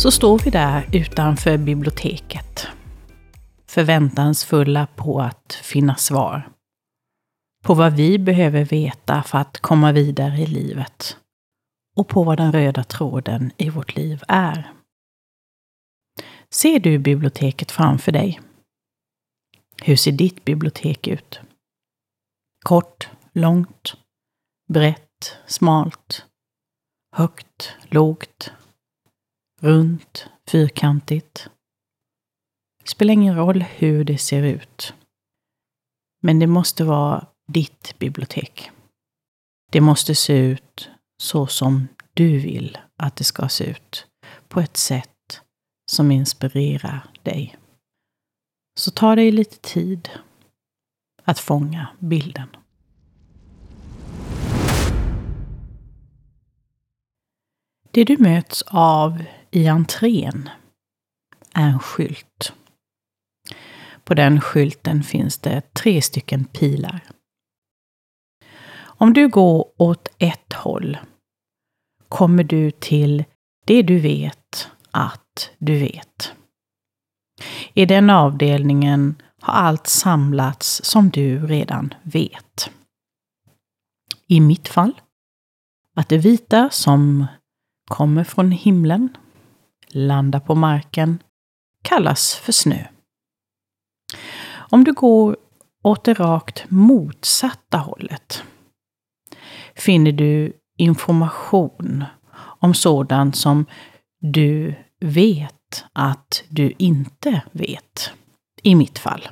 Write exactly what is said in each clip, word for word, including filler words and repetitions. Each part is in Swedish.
Så står vi där utanför biblioteket, förväntansfulla på att finna svar. På vad vi behöver veta för att komma vidare i livet. Och på vad den röda tråden i vårt liv är. Ser du biblioteket framför dig? Hur ser ditt bibliotek ut? Kort, långt, brett, smalt, högt, lågt, runt, fyrkantigt. Det spelar ingen roll hur det ser ut. Men det måste vara ditt bibliotek. Det måste se ut så som du vill att det ska se ut. På ett sätt som inspirerar dig. Så ta dig lite tid att fånga bilden. Det du möts av i entrén är en skylt. På den skylten finns det tre stycken pilar. Om du går åt ett håll kommer du till det du vet att du vet. I den avdelningen har allt samlats som du redan vet. I mitt fall, att det vita som kommer från himlen, landar på marken, kallas för snö. Om du går åt det rakt motsatta hållet finner du information om sådant som du vet att du inte vet. I mitt fall.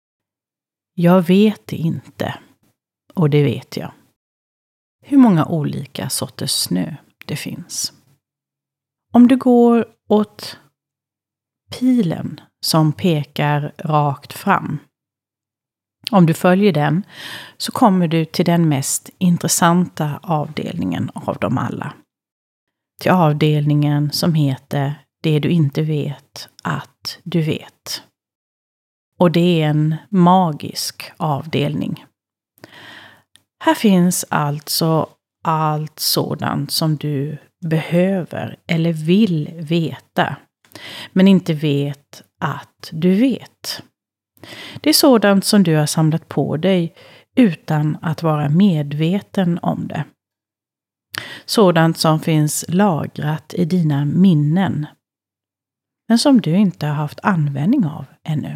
Jag vet inte, och det vet jag, hur många olika sorters snö det finns. Om du går åt pilen som pekar rakt fram. Om du följer den så kommer du till den mest intressanta avdelningen av dem alla. Till avdelningen som heter det du inte vet att du vet. Och det är en magisk avdelning. Här finns alltså allt sådant som du behöver eller vill veta. Men inte vet att du vet. Det är sådant som du har samlat på dig utan att vara medveten om det. Sådant som finns lagrat i dina minnen. Men som du inte har haft användning av ännu.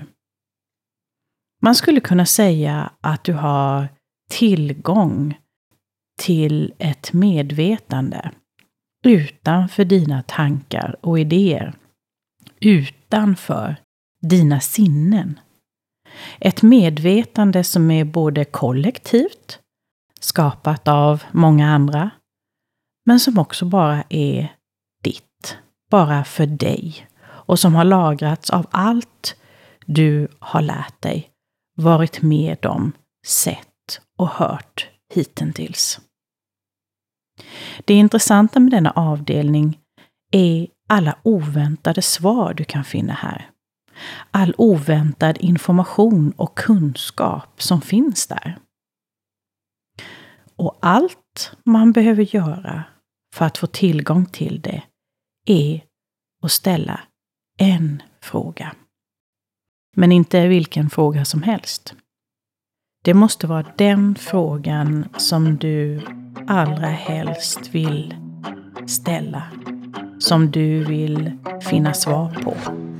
Man skulle kunna säga att du har tillgång till ett medvetande utanför dina tankar och idéer. Utanför dina sinnen. Ett medvetande som är både kollektivt, skapat av många andra, men som också bara är ditt, bara för dig. Och som har lagrats av allt du har lärt dig, varit med om, sett och hört hittills. Det intressanta med denna avdelning är alla oväntade svar du kan finna här. All oväntad information och kunskap som finns där. Och allt man behöver göra för att få tillgång till det är att ställa en fråga. Men inte vilken fråga som helst. Det måste vara den frågan som du allra helst vill ställa. Som du vill finna svar på.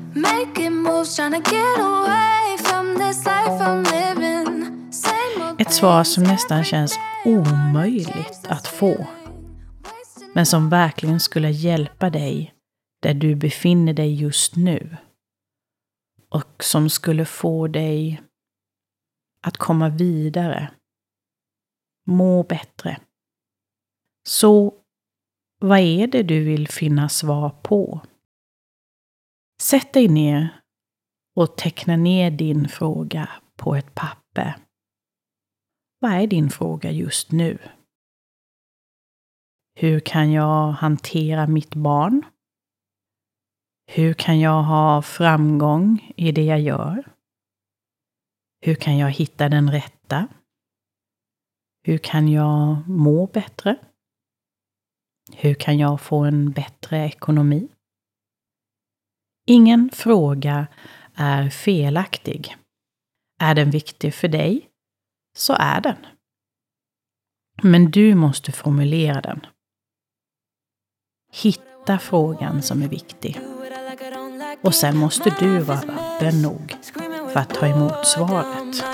Ett svar som nästan känns omöjligt att få. Men som verkligen skulle hjälpa dig där du befinner dig just nu. Och som skulle få dig att komma vidare. Må bättre. Så vad är det du vill finna svar på? Sätt dig ner och teckna ner din fråga på ett papper. Vad är din fråga just nu? Hur kan jag hantera mitt barn? Hur kan jag ha framgång i det jag gör? Hur kan jag hitta den rätta? Hur kan jag må bättre? Hur kan jag få en bättre ekonomi? Ingen fråga är felaktig. Är den viktig för dig, så är den. Men du måste formulera den. Hitta frågan som är viktig. Och sen måste du vara öppen nog för att ta emot svaret.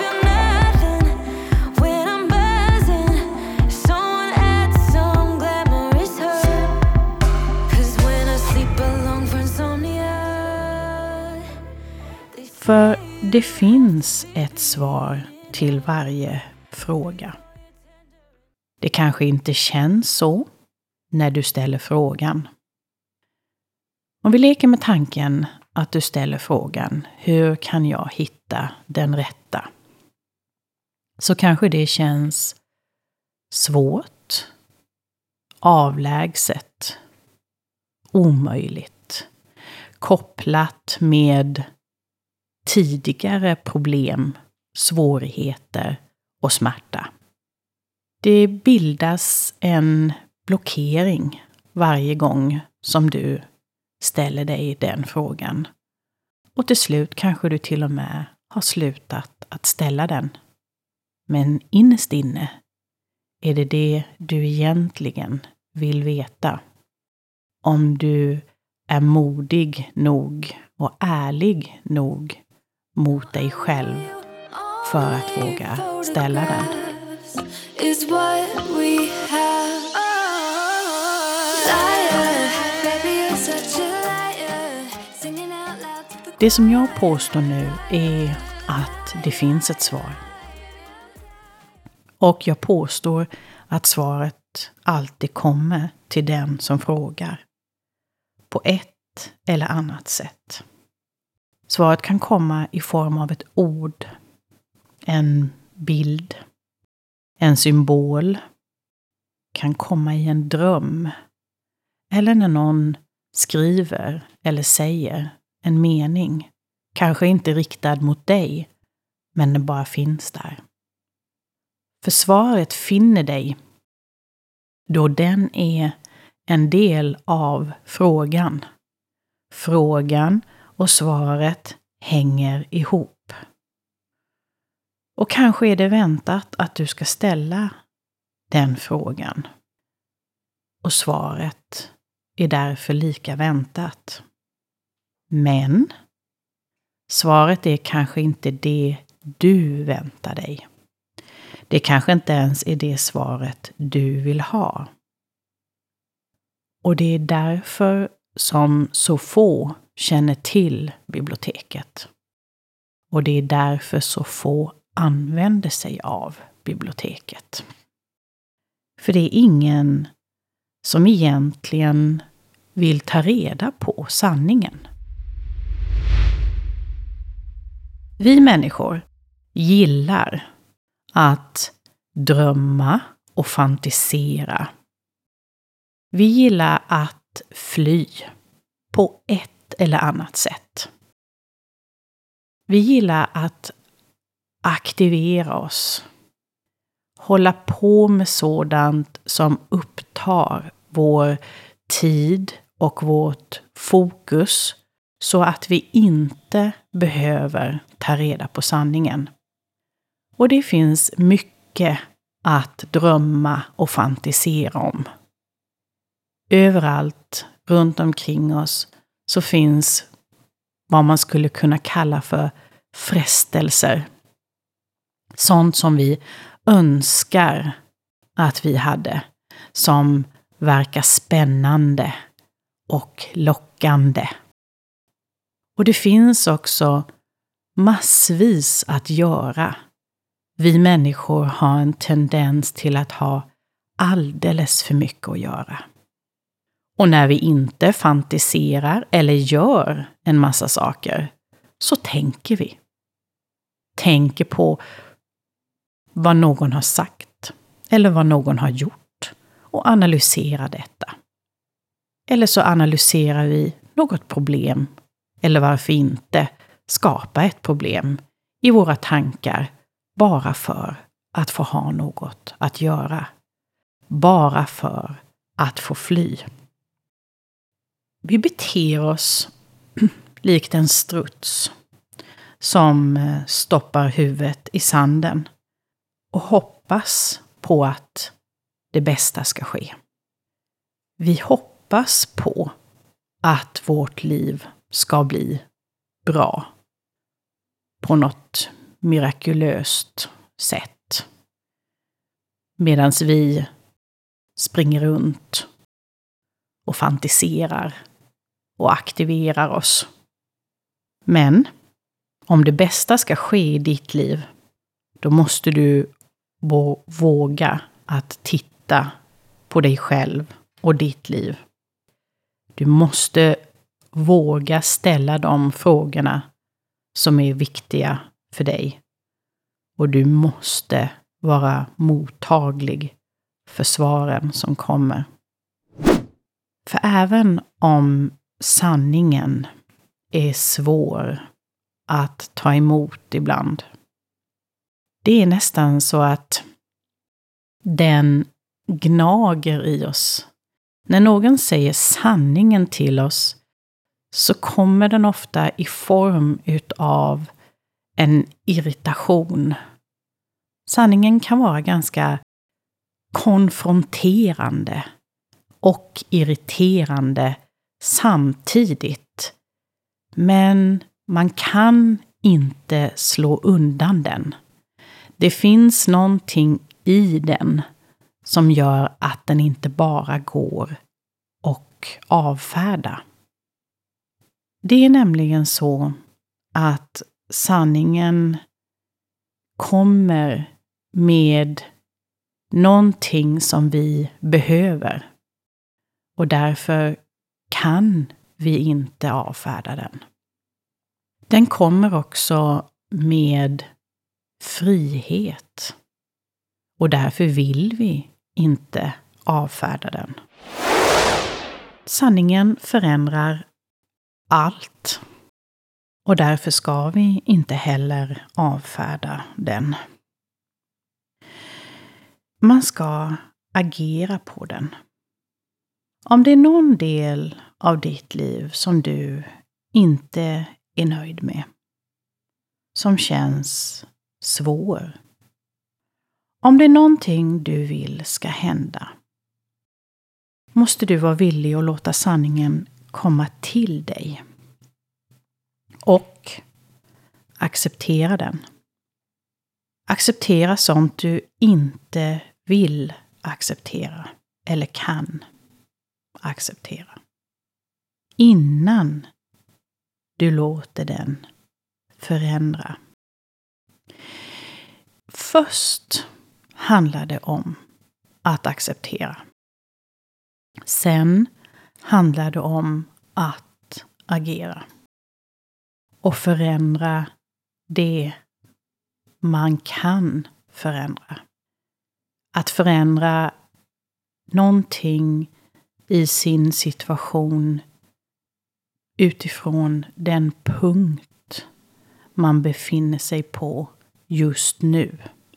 För det finns ett svar till varje fråga. Det kanske inte känns så när du ställer frågan. Om vi leker med tanken att du ställer frågan, hur kan jag hitta den rätta? Så kanske det känns svårt, avlägset, omöjligt, kopplat med tidigare problem, svårigheter och smärta. Det bildas en blockering varje gång som du ställer dig den frågan. Och till slut kanske du till och med har slutat att ställa den. Men innerst inne är det det du egentligen vill veta. Om du är modig nog och ärlig nog mot dig själv för att våga ställa den. Det som jag påstår nu är att det finns ett svar. Och jag påstår att svaret alltid kommer till den som frågar. På ett eller annat sätt. Svaret kan komma i form av ett ord, en bild, en symbol. Kan komma i en dröm. Eller när någon skriver eller säger en mening. Kanske inte riktad mot dig, men den bara finns där. För svaret finner dig då den är en del av frågan. Frågan och svaret hänger ihop. Och kanske är det väntat att du ska ställa den frågan. Och svaret är därför lika väntat. Men svaret är kanske inte det du väntar dig. Det kanske inte ens är det svaret du vill ha. Och det är därför som så få känner till biblioteket. Och det är därför så få använder sig av biblioteket. För det är ingen som egentligen vill ta reda på sanningen. Vi människor gillar att drömma och fantisera. Vi gillar att fly på ett eller annat sätt. Vi gillar att aktivera oss. Hålla på med sådant som upptar vår tid och vårt fokus så att vi inte behöver ta reda på sanningen. Och det finns mycket att drömma och fantisera om. Överallt runt omkring oss så finns vad man skulle kunna kalla för frestelser. Sånt som vi önskar att vi hade, som verkar spännande och lockande. Och det finns också massvis att göra. Vi människor har en tendens till att ha alldeles för mycket att göra. Och när vi inte fantiserar eller gör en massa saker så tänker vi. Tänker på vad någon har sagt eller vad någon har gjort och analyserar detta. Eller så analyserar vi något problem eller varför inte skapa ett problem i våra tankar bara för att få ha något att göra. Bara för att få fly. Vi beter oss likt en struts som stoppar huvudet i sanden och hoppas på att det bästa ska ske. Vi hoppas på att vårt liv ska bli bra på något mirakulöst sätt. Medan vi springer runt och fantiserar och aktiverar oss. Men om det bästa ska ske i ditt liv, då måste du våga att titta på dig själv och ditt liv. Du måste våga ställa de frågorna som är viktiga för dig. Och du måste vara mottaglig för svaren som kommer. För även om sanningen är svår att ta emot ibland, det är nästan så att den gnager i oss. När någon säger sanningen till oss så kommer den ofta i form utav en irritation. Sanningen kan vara ganska konfronterande och irriterande samtidigt. Men man kan inte slå undan den. Det finns någonting i den som gör att den inte bara går och avfärda. Det är nämligen så att sanningen kommer med någonting som vi behöver. Och därför kan vi inte avfärda den. Den kommer också med frihet. Och därför vill vi inte avfärda den. Sanningen förändrar allt. Och därför ska vi inte heller avfärda den. Man ska agera på den. Om det är någon del av ditt liv som du inte är nöjd med, som känns svår, om det är någonting du vill ska hända, måste du vara villig att låta sanningen komma till dig. Och acceptera den. Acceptera sånt du inte vill acceptera eller kan acceptera. Innan du låter den förändra. Först handlar det om att acceptera. Sen handlar det om att agera. Och förändra det man kan förändra. Att förändra någonting i sin situation utifrån den punkt man befinner sig på just nu.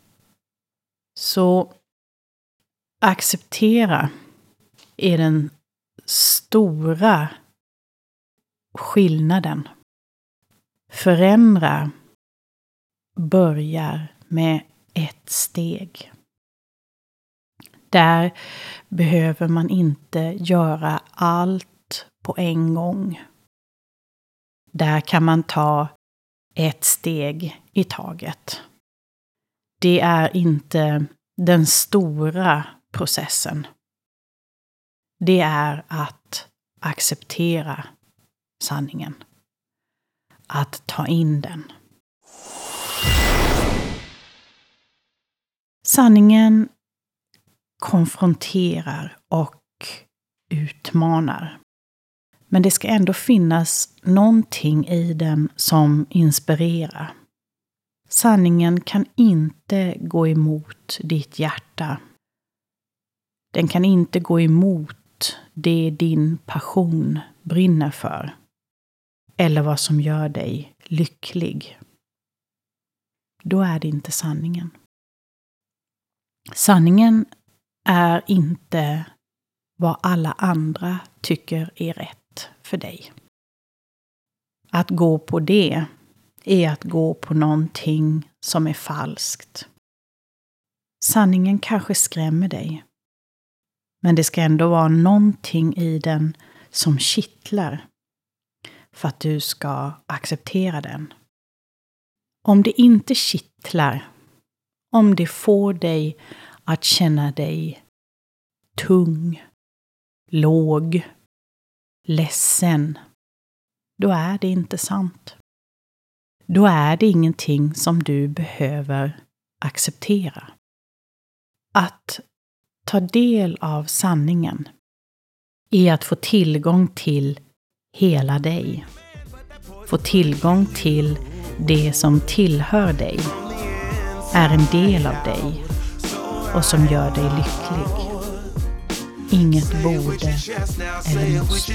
Så acceptera är den stora skillnaden. Förändra börjar med ett steg. Där behöver man inte göra allt på en gång. Där kan man ta ett steg i taget. Det är inte den stora processen. Det är att acceptera sanningen. Att ta in den. Sanningen konfronterar och utmanar. Men det ska ändå finnas någonting i den som inspirerar. Sanningen kan inte gå emot ditt hjärta. Den kan inte gå emot det din passion brinner för. Eller vad som gör dig lycklig. Då är det inte sanningen. Sanningen är inte vad alla andra tycker är rätt för dig. Att gå på det är att gå på någonting som är falskt. Sanningen kanske skrämmer dig. Men det ska ändå vara någonting i den som kittlar för att du ska acceptera den. Om det inte kittlar, om det får dig att känna dig tung, låg, ledsen, då är det inte sant. Då är det ingenting som du behöver acceptera. Att ta del av sanningen är att få tillgång till hela dig. Få tillgång till det som tillhör dig, är en del av dig och som gör dig lycklig. Inget borde eller måste.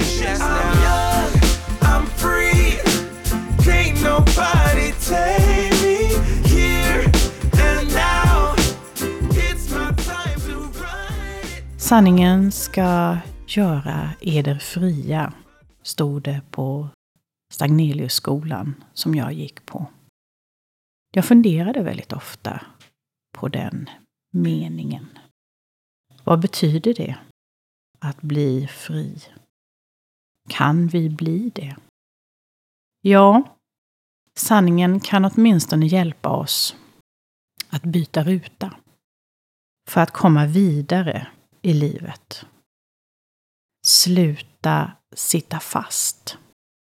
Sanningen ska göra eder fria, stod det på Stagneliusskolan som jag gick på. Jag funderade väldigt ofta på den meningen. Vad betyder det att bli fri? Kan vi bli det? Ja, sanningen kan åtminstone hjälpa oss att byta ruta för att komma vidare i livet. Sluta sitta fast.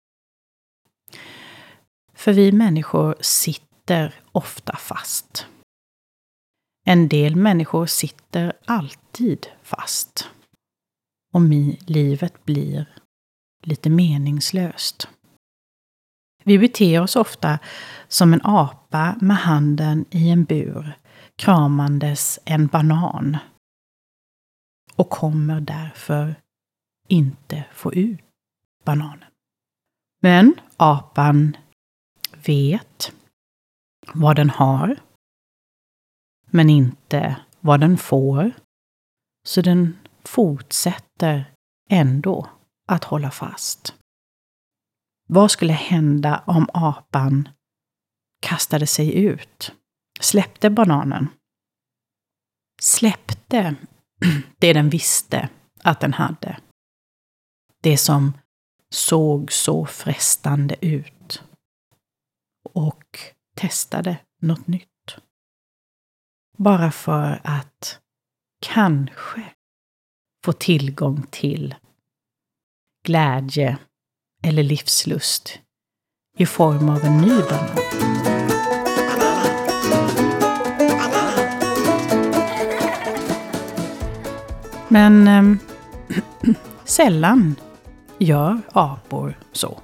För vi människor sitter ofta fast. En del människor sitter alltid fast. Och mi- livet blir lite meningslöst. Vi beter oss ofta som en apa med handen i en bur, kramandes en banan. Och kommer därför inte få ut bananen. Men apan vet vad den har, men inte vad den får. Så den fortsätter ändå att hålla fast. Vad skulle hända om apan kastade sig ut? Släppte bananen? Släppte det den visste att den hade. Det som såg så frestande ut. Och testade något nytt. Bara för att kanske få tillgång till glädje eller livslust i form av en ny banan. Men eh, sällan gör apor så.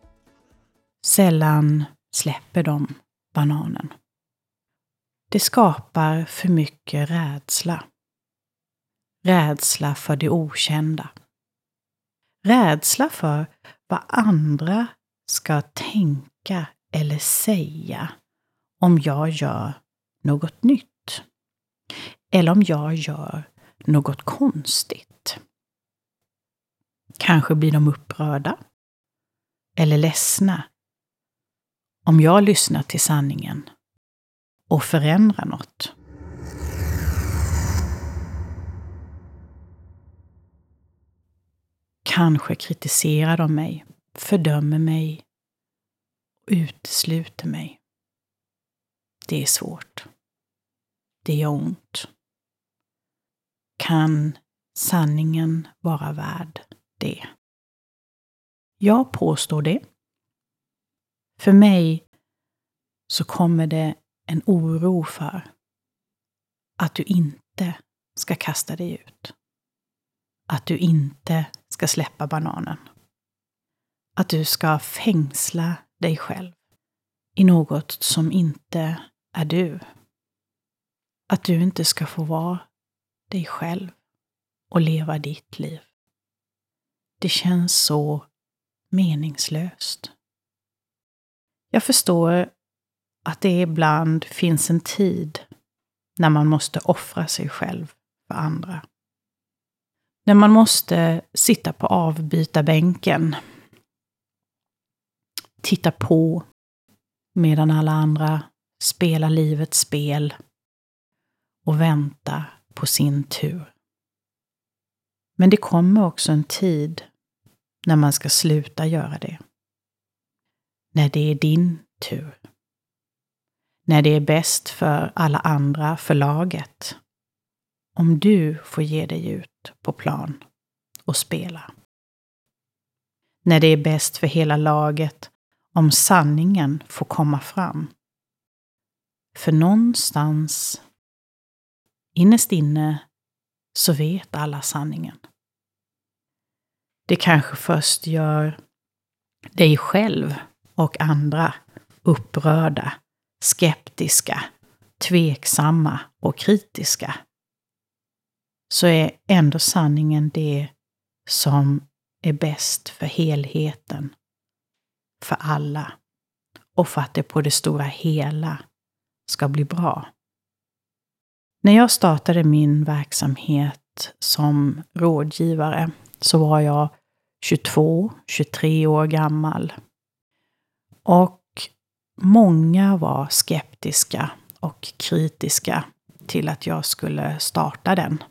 Sällan släpper de bananen. Det skapar för mycket rädsla. Rädsla för det okända. Rädsla för vad andra ska tänka eller säga om jag gör något nytt. Eller om jag gör något konstigt. Kanske blir de upprörda eller ledsna om jag lyssnar till sanningen och förändrar något. Kanske kritiserar de mig, fördömer mig och utesluter mig. Det är svårt. Det gör ont. Kan sanningen vara värd det? Jag påstår det. För mig så kommer det en oro för att du inte ska kasta dig ut. Att du inte ska släppa bananen. Att du ska fängsla dig själv i något som inte är du. Att du inte ska få vara dig själv och leva ditt liv. Det känns så meningslöst. Jag förstår att det ibland finns en tid när man måste offra sig själv för andra. När man måste sitta på avbytarbänken titta på medan alla andra spelar livets spel och vänta på sin tur. Men det kommer också en tid när man ska sluta göra det. När det är din tur. När det är bäst för alla andra, för laget. Om du får ge dig ut på plan och spela. När det är bäst för hela laget om sanningen får komma fram. För någonstans innerst inne så vet alla sanningen. Det kanske först gör dig själv och andra upprörda, skeptiska, tveksamma och kritiska. Så är ändå sanningen det som är bäst för helheten, för alla och för att det på det stora hela ska bli bra. När jag startade min verksamhet som rådgivare så var jag tjugotvå, tjugotre år gammal. Och många var skeptiska och kritiska till att jag skulle starta den.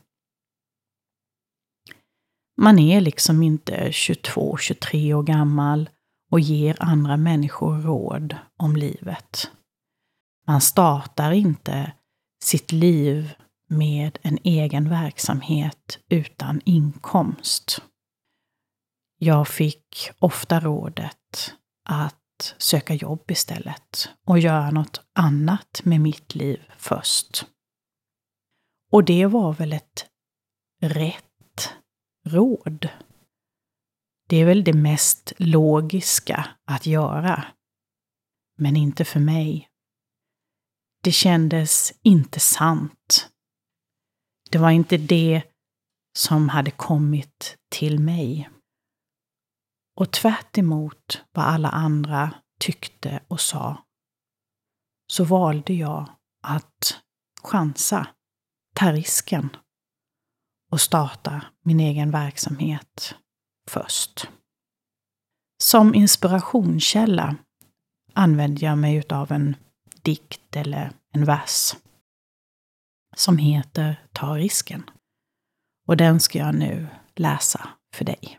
Man är liksom inte tjugotvå, tjugotre år gammal och ger andra människor råd om livet. Man startar inte sitt liv med en egen verksamhet utan inkomst. Jag fick ofta rådet att söka jobb istället och göra något annat med mitt liv först. Och det var väl ett rätt råd. Det är väl det mest logiska att göra. Men inte för mig. Det kändes inte sant. Det var inte det som hade kommit till mig. Och tvärt emot vad alla andra tyckte och sa, så valde jag att chansa, ta risken och starta min egen verksamhet först. Som inspirationskälla använde jag mig av en dikt eller en vers som heter Ta risken. Och den ska jag nu läsa för dig.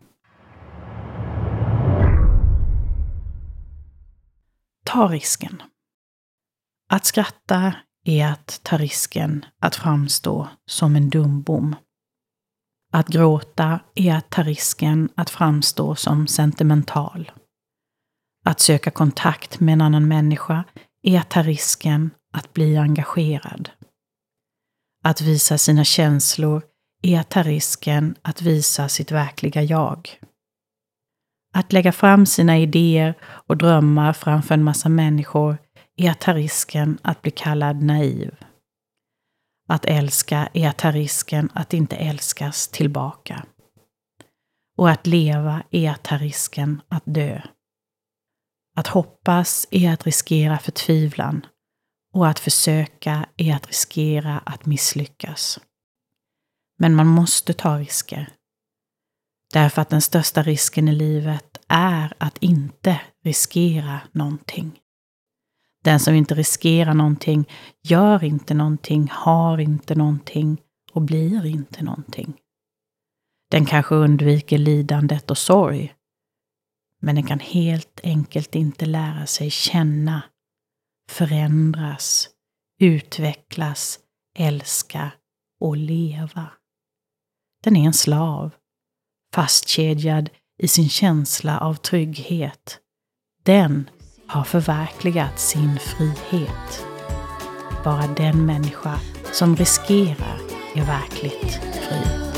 Ta risken. Att skratta är att ta risken att framstå som en dumbom. Att gråta är att ta risken att framstå som sentimental. Att söka kontakt med en annan människa är att ta risken att bli engagerad. Att visa sina känslor är att ta risken att visa sitt verkliga jag. Att lägga fram sina idéer och drömmar framför en massa människor är att ta risken att bli kallad naiv. Att älska är att ta risken att inte älskas tillbaka. Och att leva är att ta risken att dö. Att hoppas är att riskera förtvivlan. Och att försöka är att riskera att misslyckas. Men man måste ta risker. Därför att den största risken i livet är att inte riskera någonting. Den som inte riskerar någonting, gör inte någonting, har inte någonting och blir inte någonting. Den kanske undviker lidandet och sorg. Men den kan helt enkelt inte lära sig känna, förändras, utvecklas, älska och leva. Den är en slav, fastkedjad i sin känsla av trygghet. Den har förverkligat sin frihet. Bara den människa som riskerar är verkligt fri.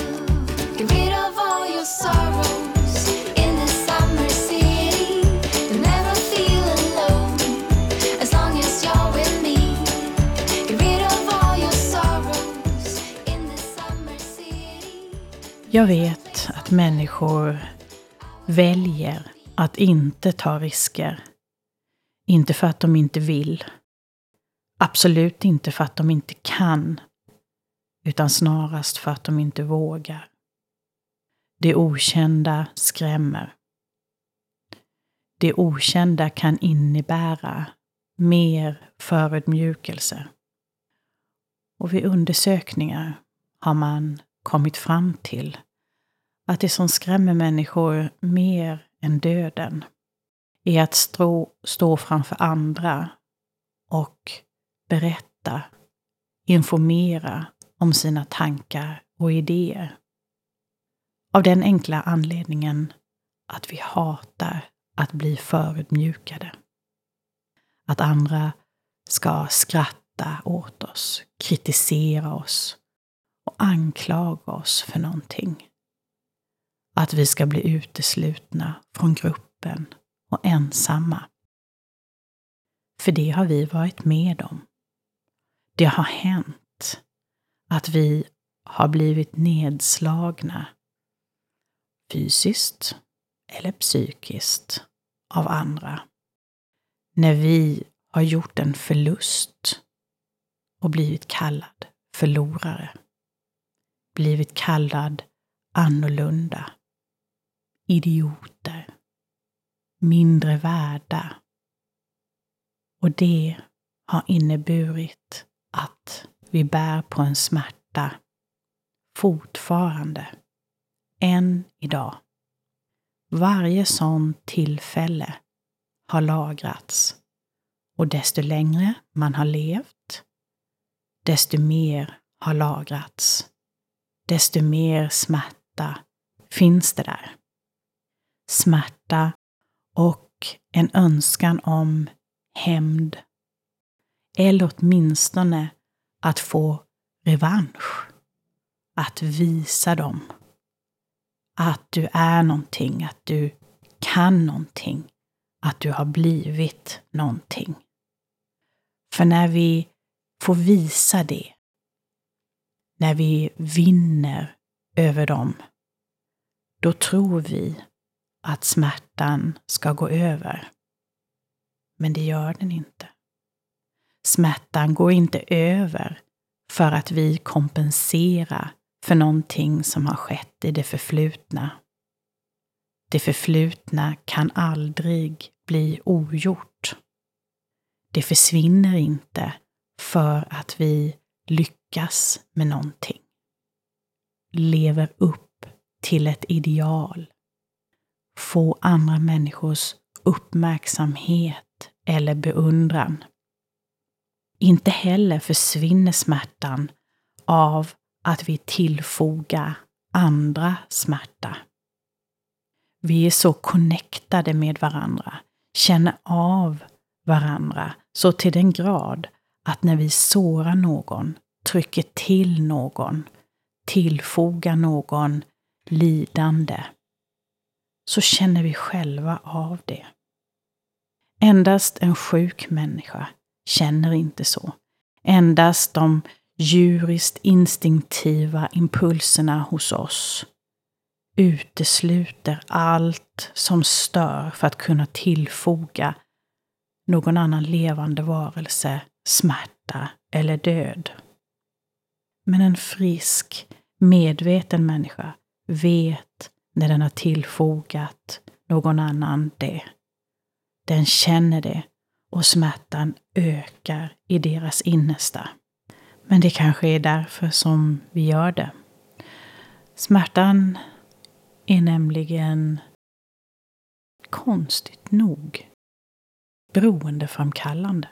Jag vet att människor väljer att inte ta risker. Inte för att de inte vill. Absolut inte för att de inte kan. Utan snarast för att de inte vågar. Det okända skrämmer. det okända kan innebära mer förödmjukelse. Och vid undersökningar har man kommit fram till att det som skrämmer människor mer än döden är att stå, stå framför andra och berätta, informera om sina tankar och idéer. Av den enkla anledningen att vi hatar att bli förödmjukade. Att andra ska skratta åt oss, kritisera oss och anklaga oss för någonting. Att vi ska bli uteslutna från gruppen och ensamma. För det har vi varit med om. Det har hänt att vi har blivit nedslagna fysiskt eller psykiskt av andra. När vi har gjort en förlust och blivit kallad förlorare. Blivit kallad annorlunda. Idioter. Mindre värda. Och det har inneburit att vi bär på en smärta fortfarande. Än idag. Varje sån tillfälle har lagrats. Och desto längre man har levt, desto mer har lagrats. Desto mer smärta finns det där. Smärta och en önskan om hämnd. Eller åtminstone att få revansch. Att visa dem. Att du är någonting, att du kan någonting. Att du har blivit någonting. För när vi får visa det, när vi vinner över dem, då tror vi att smärtan ska gå över. Men det gör den inte. Smärtan går inte över för att vi kompenserar för någonting som har skett i det förflutna. Det förflutna kan aldrig bli ogjort. Det försvinner inte för att vi lyckas med någonting. Lever upp till ett ideal. Få andra människors uppmärksamhet eller beundran. Inte heller försvinner smärtan av att vi tillfogar andra smärta. Vi är så connectade med varandra, känner av varandra så till den grad att när vi sårar någon, trycker till någon, tillfogar någon lidande, så känner vi själva av det. Endast en sjuk människa känner inte så. Endast de djuriskt instinktiva impulserna hos oss utesluter allt som stör för att kunna tillfoga någon annan levande varelse smärta eller död. Men en frisk, medveten människa vet när den har tillfogat någon annan det. Den känner det och smärtan ökar i deras innersta. Men det kanske är därför som vi gör det. Smärtan är nämligen konstigt nog beroendeframkallande.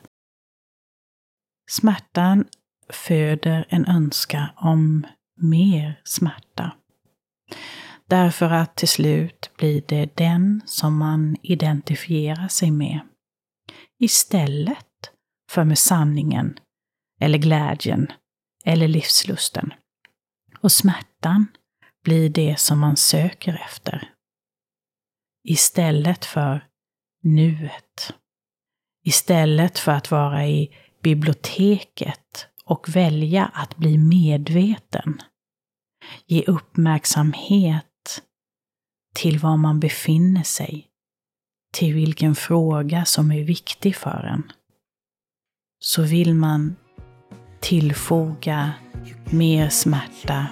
Smärtan föder en önskan om mer smärta. Därför att till slut blir det den som man identifierar sig med. Istället för med sanningen eller glädjen eller livslusten. Och smärtan blir det som man söker efter. Istället för nuet. Istället för att vara i biblioteket och välja att bli medveten. Ge uppmärksamhet till var man befinner sig. Till vilken fråga som är viktig för en. Så vill man tillfoga mer smärta.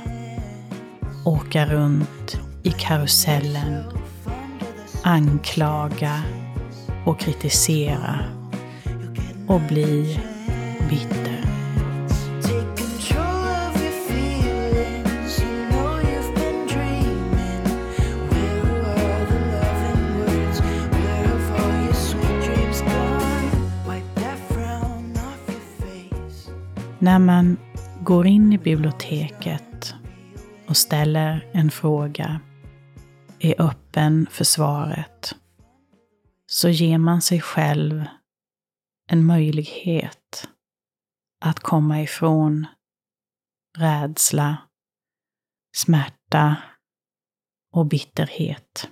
Åka runt i karusellen. Anklaga. och kritisera och bli bitter. När man går in i biblioteket och ställer en fråga, är öppen för svaret, så ger man sig själv en möjlighet att komma ifrån rädsla, smärta och bitterhet.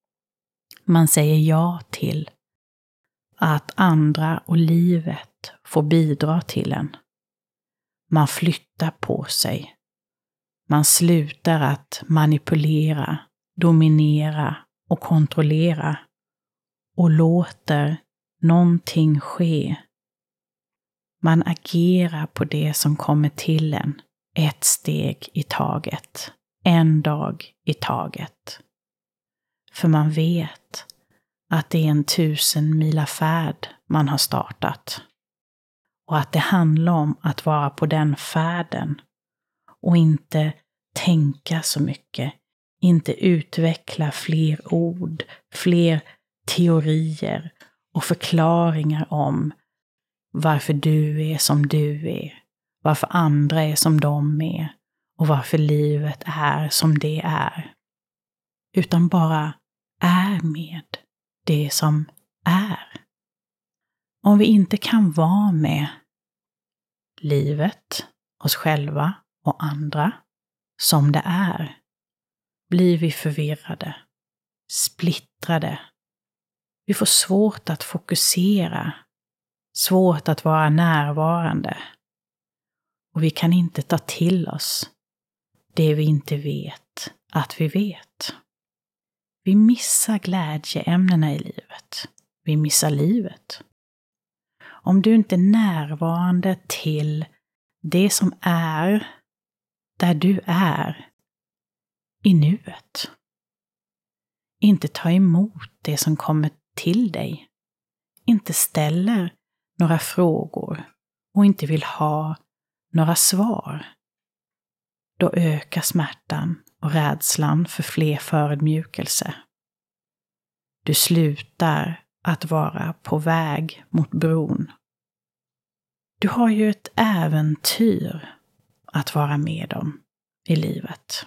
Man säger ja till att andra och livet får bidra till en. Man flyttar på sig. Man slutar att manipulera, dominera och kontrollera och låter någonting ske. Man agerar på det som kommer till en, ett steg i taget, en dag i taget. För man vet att det är en tusen mila färd man har startat. Och att det handlar om att vara på den färden och inte tänka så mycket, inte utveckla fler ord, fler teorier och förklaringar om varför du är som du är, varför andra är som de är och varför livet är som det är. Utan bara är med det som är. Om vi inte kan vara med livet, oss själva och andra som det är, blir vi förvirrade, splittrade. Vi får svårt att fokusera, svårt att vara närvarande. Och vi kan inte ta till oss det vi inte vet att vi vet. Vi missar glädjeämnena i livet. Vi missar livet. Om du inte är närvarande till det som är där du är i nuet. Inte ta emot det som kommer till dig. Inte ställer några frågor och inte vill ha några svar. Då ökar smärtan och rädslan för fler förödmjukelse. Du slutar att vara på väg mot bron. Du har ju ett äventyr att vara med om i livet.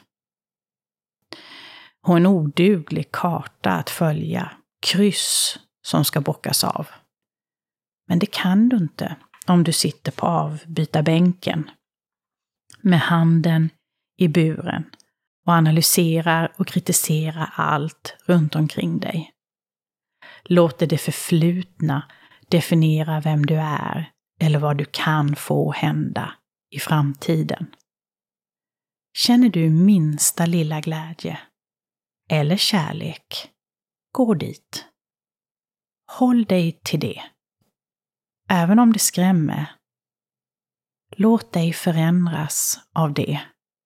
Och en oduglig karta att följa, kryss som ska bockas av. Men det kan du inte om du sitter på avbytarbänken med handen i buren och analyserar och kritiserar allt runt omkring dig. Låter det förflutna definiera vem du är eller vad du kan få hända i framtiden. Känner du minsta lilla glädje eller kärlek, gå dit. Håll dig till det. Även om det skrämmer, låt dig förändras av det.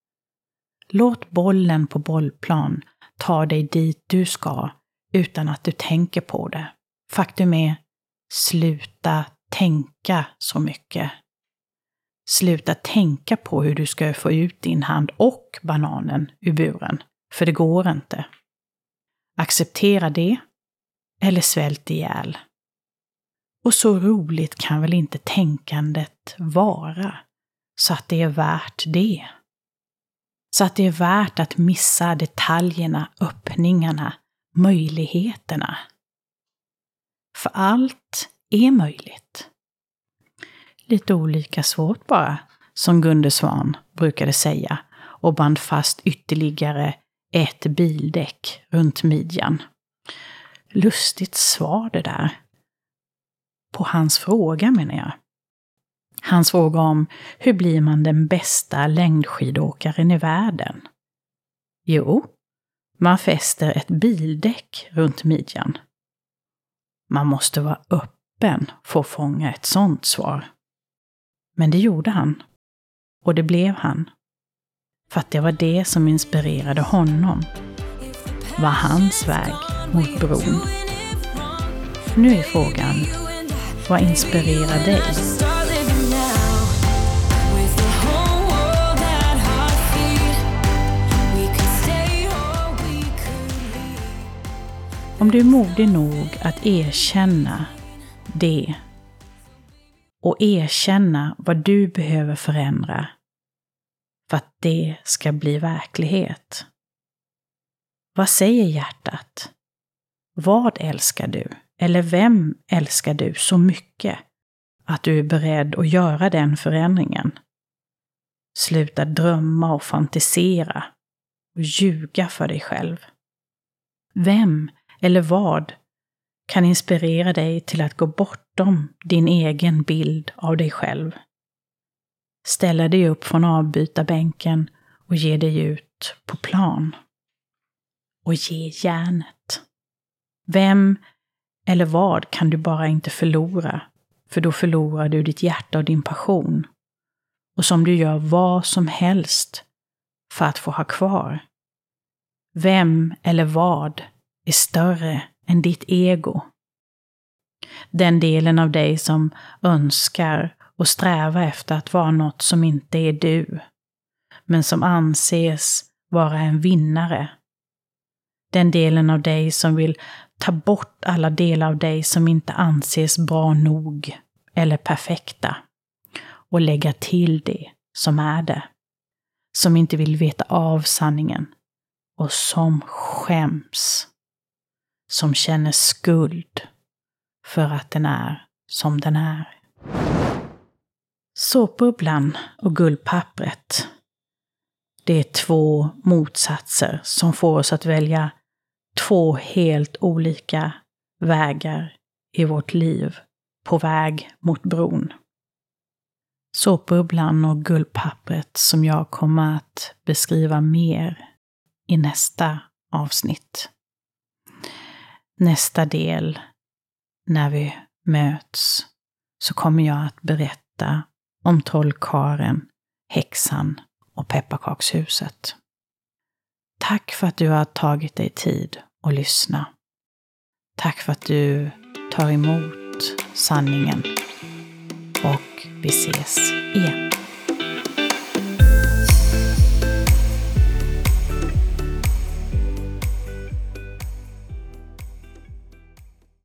Låt bollen på bollplan ta dig dit du ska utan att du tänker på det. Faktum är, sluta tänka så mycket. Sluta tänka på hur du ska få ut din hand och bananen ur buren, för det går inte. Acceptera det eller svält ihjäl. Och så roligt kan väl inte tänkandet vara så att det är värt det. Så att det är värt att missa detaljerna, öppningarna, möjligheterna. För allt är möjligt. Lite olika svårt bara, som Gunde Svan brukade säga och band fast ytterligare ett bildäck runt midjan. Lustigt svar det där. På hans fråga menar jag. Hans fråga om hur blir man den bästa längdskidåkaren i världen? Jo, man fäster ett bildäck runt midjan. Man måste vara öppen för att fånga ett sånt svar. Men det gjorde han. Och det blev han. För att det var det som inspirerade honom. Var hans väg mot bron. Nu är frågan, vad inspirerar dig? Om du är modig nog att erkänna det och erkänna vad du behöver förändra för att det ska bli verklighet. Vad säger hjärtat? Vad älskar du? Eller vem älskar du så mycket att du är beredd att göra den förändringen? Sluta drömma och fantisera och ljuga för dig själv. Vem eller vad kan inspirera dig till att gå bortom din egen bild av dig själv? Ställa dig upp från avbytarbänken och ge dig ut på plan. Och ge järnet. Vem eller vad kan du bara inte förlora, för då förlorar du ditt hjärta och din passion. Och som du gör vad som helst för att få ha kvar. Vem eller vad är större än ditt ego? Den delen av dig som önskar och strävar efter att vara något som inte är du, men som anses vara en vinnare. Den delen av dig som vill ta bort alla delar av dig som inte anses bra nog eller perfekta och lägga till det som är det. Som inte vill veta av sanningen och som skäms. Som känner skuld för att den är som den är. Såpbubblan och guldpappret. Det är två motsatser som får oss att välja två helt olika vägar i vårt liv på väg mot bron. Såpbubblan och guldpappret som jag kommer att beskriva mer i nästa avsnitt. Nästa del, när vi möts, så kommer jag att berätta om trollkaren, häxan och pepparkakshuset. Tack för att du har tagit dig tid att lyssna. Tack för att du tar emot sanningen. Och vi ses igen.